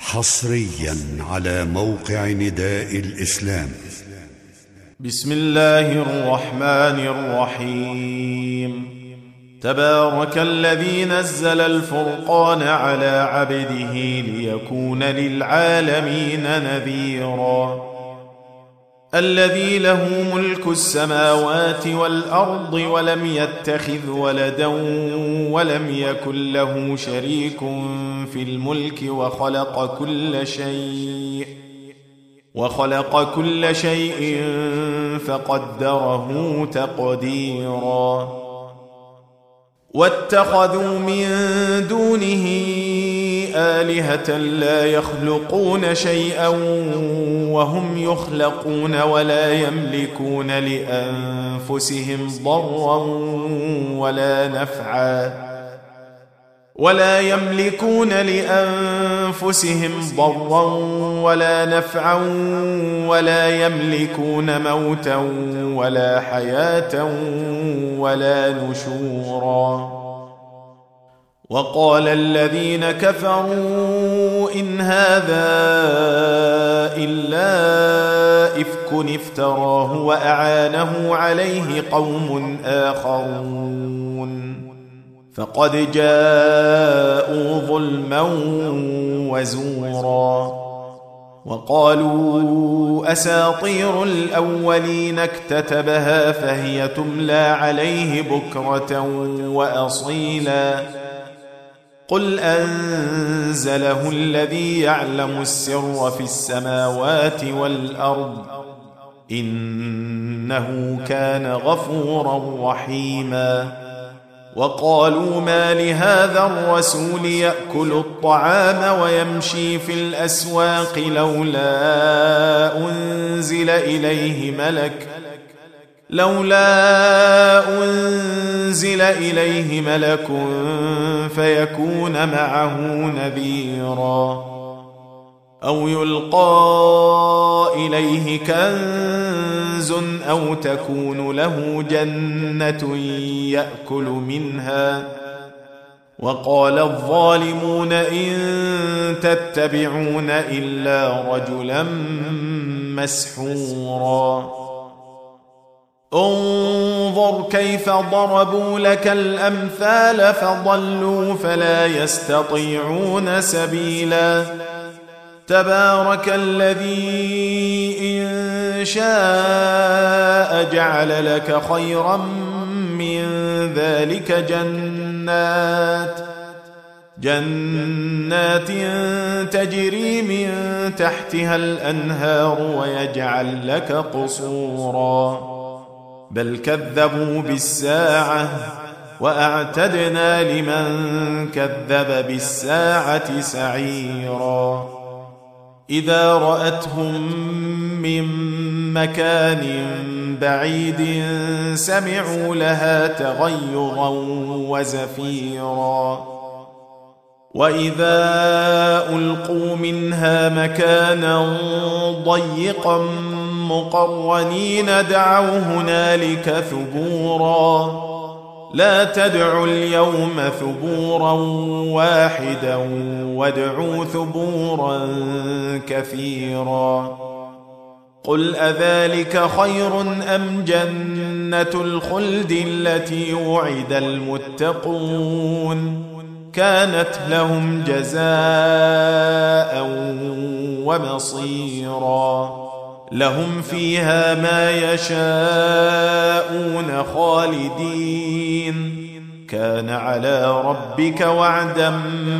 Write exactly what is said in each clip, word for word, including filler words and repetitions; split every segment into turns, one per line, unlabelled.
حصريا على موقع نداء الإسلام.
بسم الله الرحمن الرحيم. تبارك الذي نزل الفرقان على عبده ليكون للعالمين نذيرا. الذي له ملك السماوات والأرض ولم يتخذ ولدا ولم يكن له شريك في الملك وخلق كل شيء وخلق كل شيء فقدره تقديرا. واتخذوا من دونه آلهة لا يخلقون شيئا وهم يخلقون ولا يملكون لأنفسهم ضرا ولا نفعا ولا يملكون لأنفسهم ضرا ولا نفعا ولا يملكون موتا ولا حياة ولا نشورا. وقال الذين كفروا إن هذا إلا إفك افتراه وأعانه عليه قوم آخرون فقد جاءوا ظلما وزورا. وقالوا أساطير الأولين اكتتبها فهي تملى عليه بكرة وأصيلا. قل أنزله الذي يعلم السر في السماوات والأرض إنه كان غفورا رحيما. وقالوا ما لهذا الرسول يأكل الطعام ويمشي في الأسواق لولا أنزل إليه ملك لولا أنزل إليه ملك فيكون معه نذيرا أو يلقى إليه كنز أو تكون له جنة يأكل منها. وقال الظالمون إن تتبعون إلا رجلا مسحورا. انظر كيف ضربوا لك الأمثال فضلوا فلا يستطيعون سبيلا. تبارك الذي إن شاء جعل لك خيرا من ذلك جنات جنات تجري من تحتها الأنهار ويجعل لك قصورا. بل كذبوا بالساعة وأعتدنا لمن كذب بالساعة سعيرا. إذا رأتهم من مكان بعيد سمعوا لها تغيظا وزفيرا. وإذا ألقوا منها مكانا ضيقا مقرنين دعوا هنالك ثبورا. لا تدعوا اليوم ثبورا واحدا وادعوا ثبورا كثيرا. قل أذلك خير أم جنة الخلد التي وعد المتقون كانت لهم جزاء ومصيرا. لهم فيها ما يشاءون خالدين كان على ربك وعدا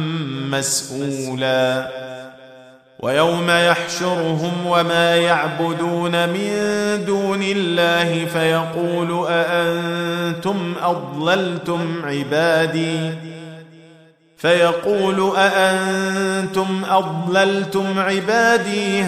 مسئولا. ويوم يحشرهم وما يعبدون من دون الله فيقول أأنتم أضللتم عبادي فيقول أأنتم أضللتم عبادي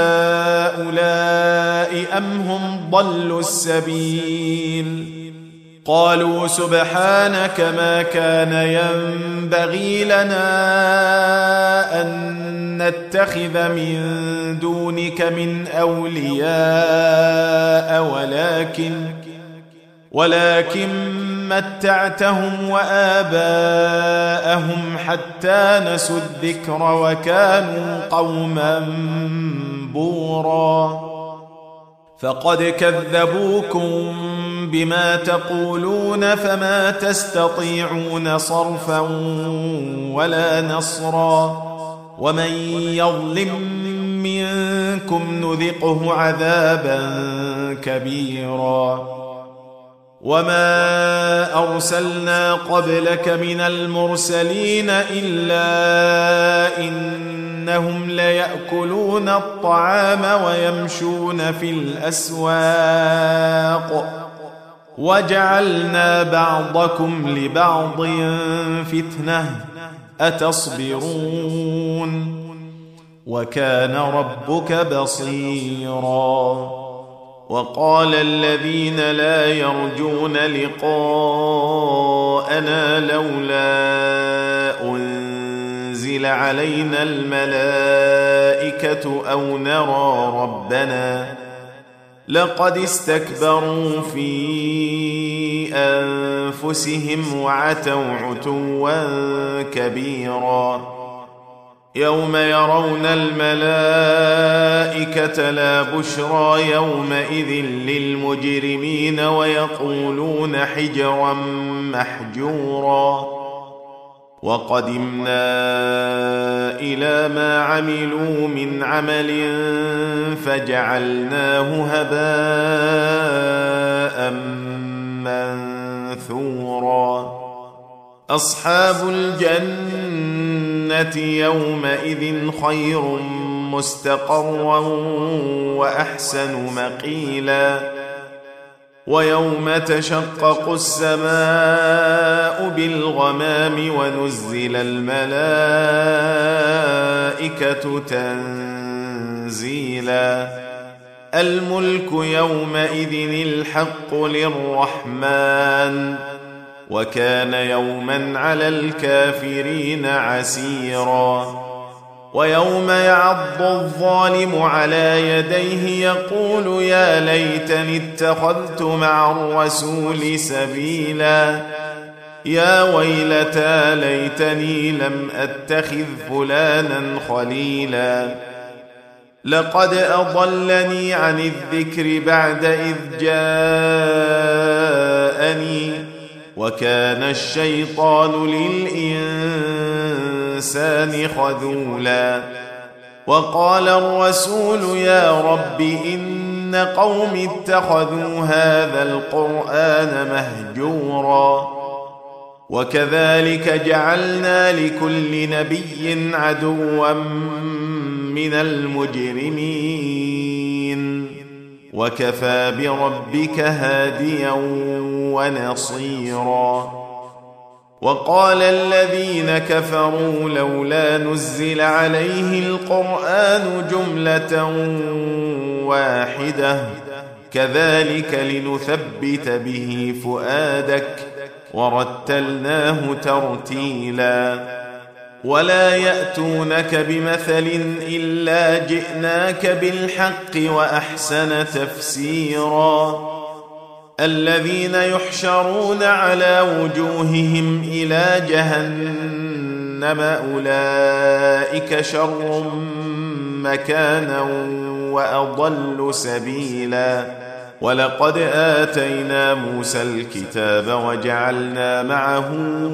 هؤلاء أم هم ضلوا السبيل. قالوا سبحانك ما كان ينبغي لنا أن نتخذ من دونك من أولياء ولكن ولكن متعتهم وآباءهم حتى نسوا الذكر وكانوا قوما بورا فقد كذبوكم بما تقولون فما تستطيعون صرفا ولا نصرا ومن يظلم منكم نذقه عذابا كبيرا وما أرسلنا قبلك من المرسلين إلا إنهم ليأكلون الطعام ويمشون في الأسواق وجعلنا بعضكم لبعض فتنة أتصبرون وكان ربك بصيرا وقال الذين لا يرجون لقاءنا لولا أنزل علينا الملائكة أو نرى ربنا لقد استكبروا في أنفسهم وعتوا عتوا كبيرا يوم يرون الملائكة لا بشرى يومئذ للمجرمين ويقولون حجرا محجورا وقدمنا إلى ما عملوا من عمل فجعلناه هباء منثورا أصحاب الجنة يومئذ خير مستقرا وأحسن مقيلا ويوم تشقق السماء بالغمام ونزل الملائكة تنزيلا الملك يومئذ الحق للرحمن وكان يوما على الكافرين عسيرا ويوم يعض الظالم على يديه يقول يا ليتني اتخذت مع الرسول سبيلا يا ويلتى ليتني لم أتخذ فلانا خليلا لقد أضلني عن الذكر بعد إذ جاءني وكان الشيطان للإنسان خذولا وقال الرسول يا رب إن قوم اتخذوا هذا القرآن مهجورا وكذلك جعلنا لكل نبي عدوا من المجرمين وكفى بربك هاديا ونصيرا وقال الذين كفروا لولا نزل عليه القرآن جملة واحدة كذلك لنثبت به فؤادك ورتلناه ترتيلا ولا يأتونك بمثل إلا جئناك بالحق وأحسن تفسيرا الذين يحشرون على وجوههم إلى جهنم أولئك شر مكانا وأضل سبيلا ولقد آتينا موسى الكتاب وجعلنا معه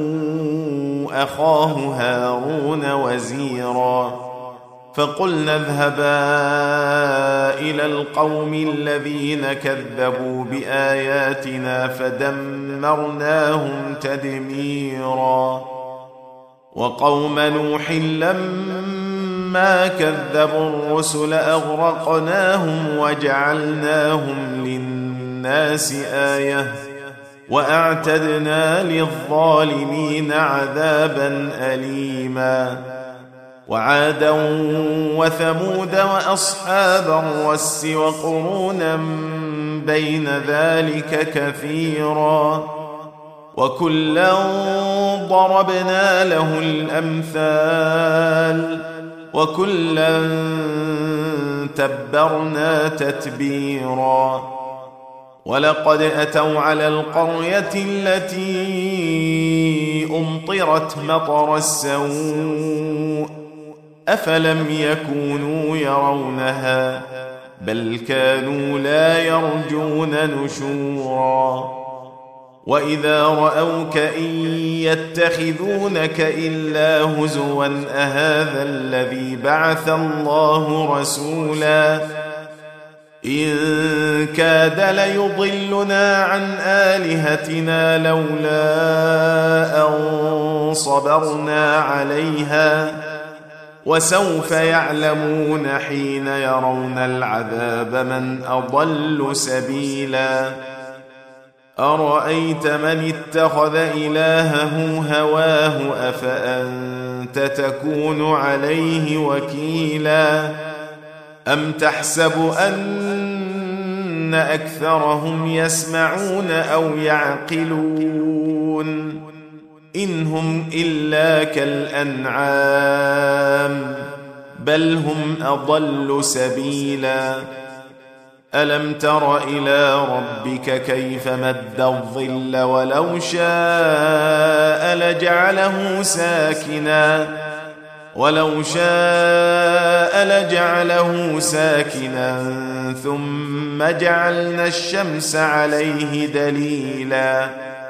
أخاه هارون وزيرا فقلنا اذهبا إلى القوم الذين كذبوا بآياتنا فدمرناهم تدميرا وقوم نوح لما كذبوا الرسل أغرقناهم وجعلناهم للناس آية وأعتدنا للظالمين عذابا أليما وعادا وثمود وأصحاب الرس وقرونا بين ذلك كثيرا وكلا ضربنا له الأمثال وكلا تبرنا تتبيرا ولقد أتوا على القرية التي أمطرت مطر السوء أفلم يكونوا يرونها بل كانوا لا يرجون نشورا وإذا رأوك إن يتخذونك إلا هزوا أهذا الذي بعث الله رسولا إن كاد ليضلنا عن آلهتنا لولا أن صبرنا عليها وسوف يعلمون حين يرون العذاب من أضل سبيلا أرأيت من اتخذ إلهه هواه أفأنت تكون عليه وكيلا أم تحسب أن أكثرهم يسمعون أو يعقلون إن هم إلا كالأنعام بل هم أضل سبيلا ألم تر إلى ربك كيف مد الظل ولو شاء لجعله ساكنا ولو شاء لجعله ساكنا ثم جعلنا الشمس عليه دليلا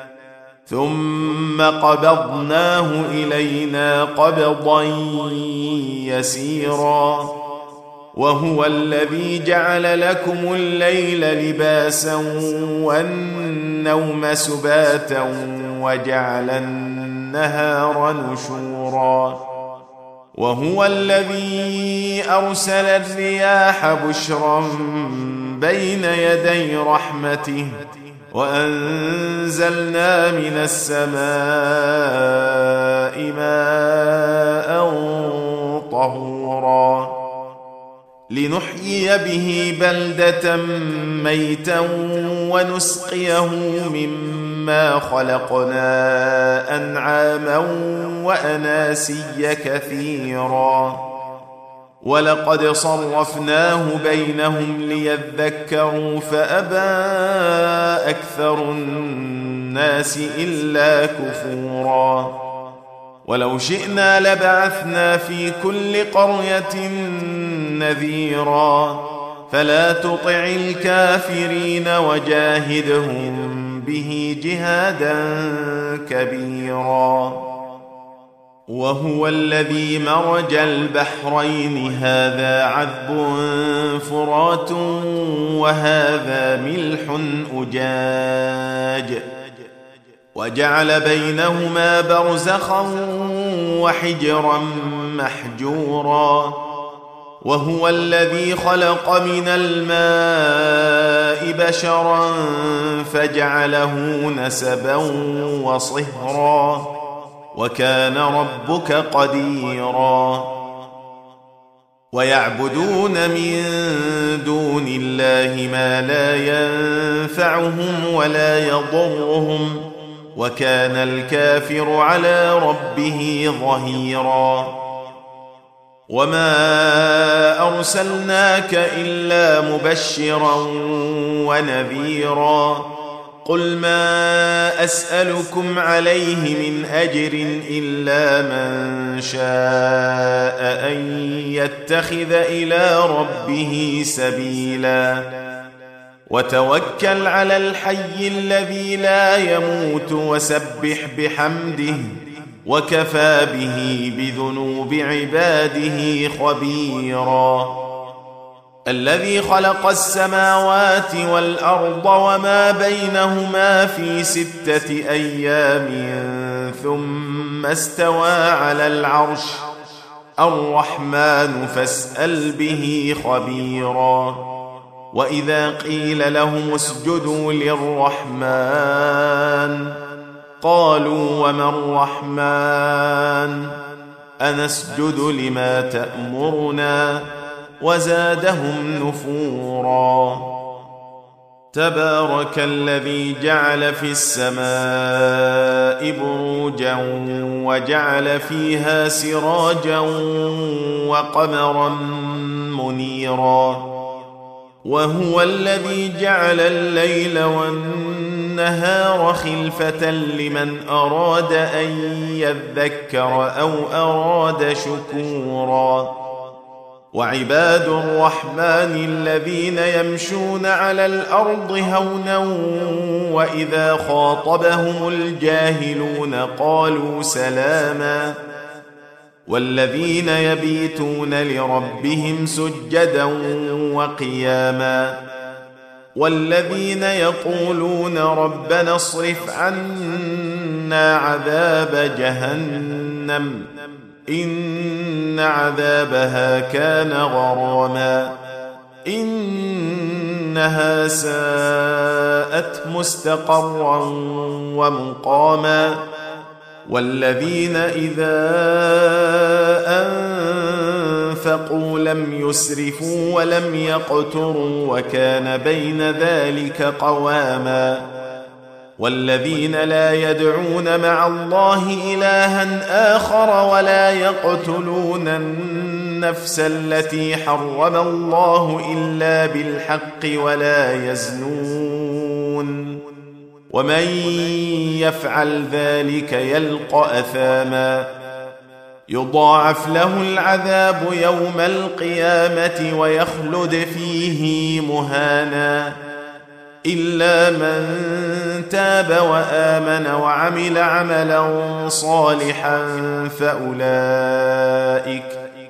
ثم قبضناه إلينا قبضا يسيرا وهو الذي جعل لكم الليل لباسا والنوم سباتا وجعل النهار نشورا وهو الذي أرسل الرياح بشرا بين يدي رحمته وأنزلنا من السماء ماء طهورا لنحيي به بلدة ميتا ونسقيه مما خلقنا أنعاما وأناسيا كثيرا ولقد صرفناه بينهم ليذكروا فأبى أكثر الناس إلا كفورا ولو شئنا لبعثنا في كل قرية نذيرا فلا تطع الكافرين وجاهدهم به جهادا كبيرا وهو الذي مرج البحرين هذا عذب فرات وهذا ملح أجاج وجعل بينهما برزخا وحجرا محجورا وهو الذي خلق من الماء بشرا فجعله نسبا وصهرا وكان ربك قديرا ويعبدون من دون الله ما لا ينفعهم ولا يضرهم وكان الكافر على ربه ظهيرا وما أرسلناك إلا مبشرا ونذيرا قل ما أسألكم عليه من أجر إلا من شاء أن يتخذ إلى ربه سبيلا وتوكل على الحي الذي لا يموت وسبح بحمده وكفى به بذنوب عباده خبيرا الذي خلق السماوات والأرض وما بينهما في ستة أيام ثم استوى على العرش الرحمن فاسأل به خبيرا وإذا قيل لهم اسجدوا للرحمن قالوا وما الرحمن أنسجد لما تأمرنا وزادهم نفورا تبارك الذي جعل في السماء بروجا وجعل فيها سراجا وقمرا منيرا وهو الذي جعل الليل والنهار خلفة لمن أراد أن يذكر أو أراد شكورا. وعباد الرحمن الذين يمشون على الأرض هونا وإذا خاطبهم الجاهلون قالوا سلاما. والذين يبيتون لربهم سجدا وقياما. والذين يقولون ربنا اصرف عنا عذاب جهنم إن عذابها كان غراما إنها ساءت مستقرا ومقاما. والذين إذا أنفقوا لم يسرفوا ولم يقتروا وكان بين ذلك قواما. والذين لا يدعون مع الله إلها آخر ولا يقتلون النفس التي حرم الله إلا بالحق ولا يزنون ومن يفعل ذلك يلقى أثاما يضاعف له العذاب يوم القيامة ويخلد فيه مهانا إلا من تاب وآمن وعمل عملا صالحا فأولئك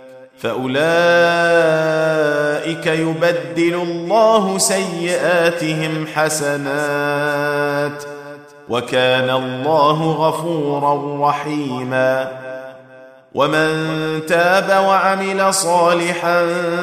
فأولئك يبدل الله سيئاتهم حسنات وكان الله غفورا رحيما. ومن تاب وعمل صالحا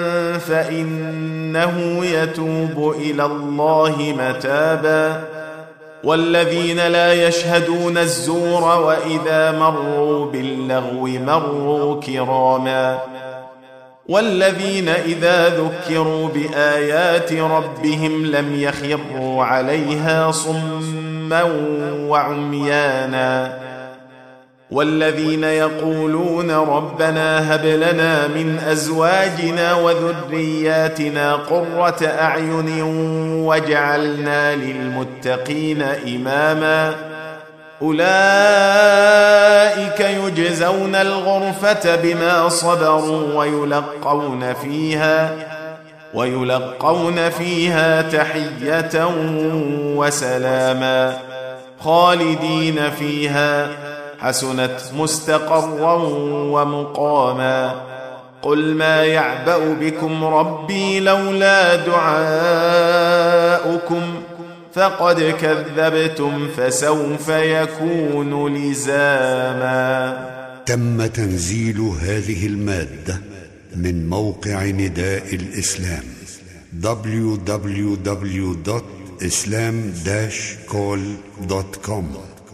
فإنه يتوب إلى الله متابا. والذين لا يشهدون الزور وإذا مروا باللغو مروا كراما. والذين إذا ذكروا بآيات ربهم لم يخروا عليها صما وعميانا. والذين يقولون ربنا هب لنا من أزواجنا وذرياتنا قرة أعين واجعلنا للمتقين إماما أولئك يجزون الغرفة بما صبروا ويلقون فيها ويلقون فيها تحية وسلاما خالدين فيها حسنت مستقرا ومقاما. قل ما يعبأ بكم ربي لولا دعاؤكم فقد كذبتم فسوف يكون لزاما.
تم تنزيل هذه المادة من موقع نداء الإسلام دبليو دبليو دبليو دوت إسلام داش كول دوت كوم.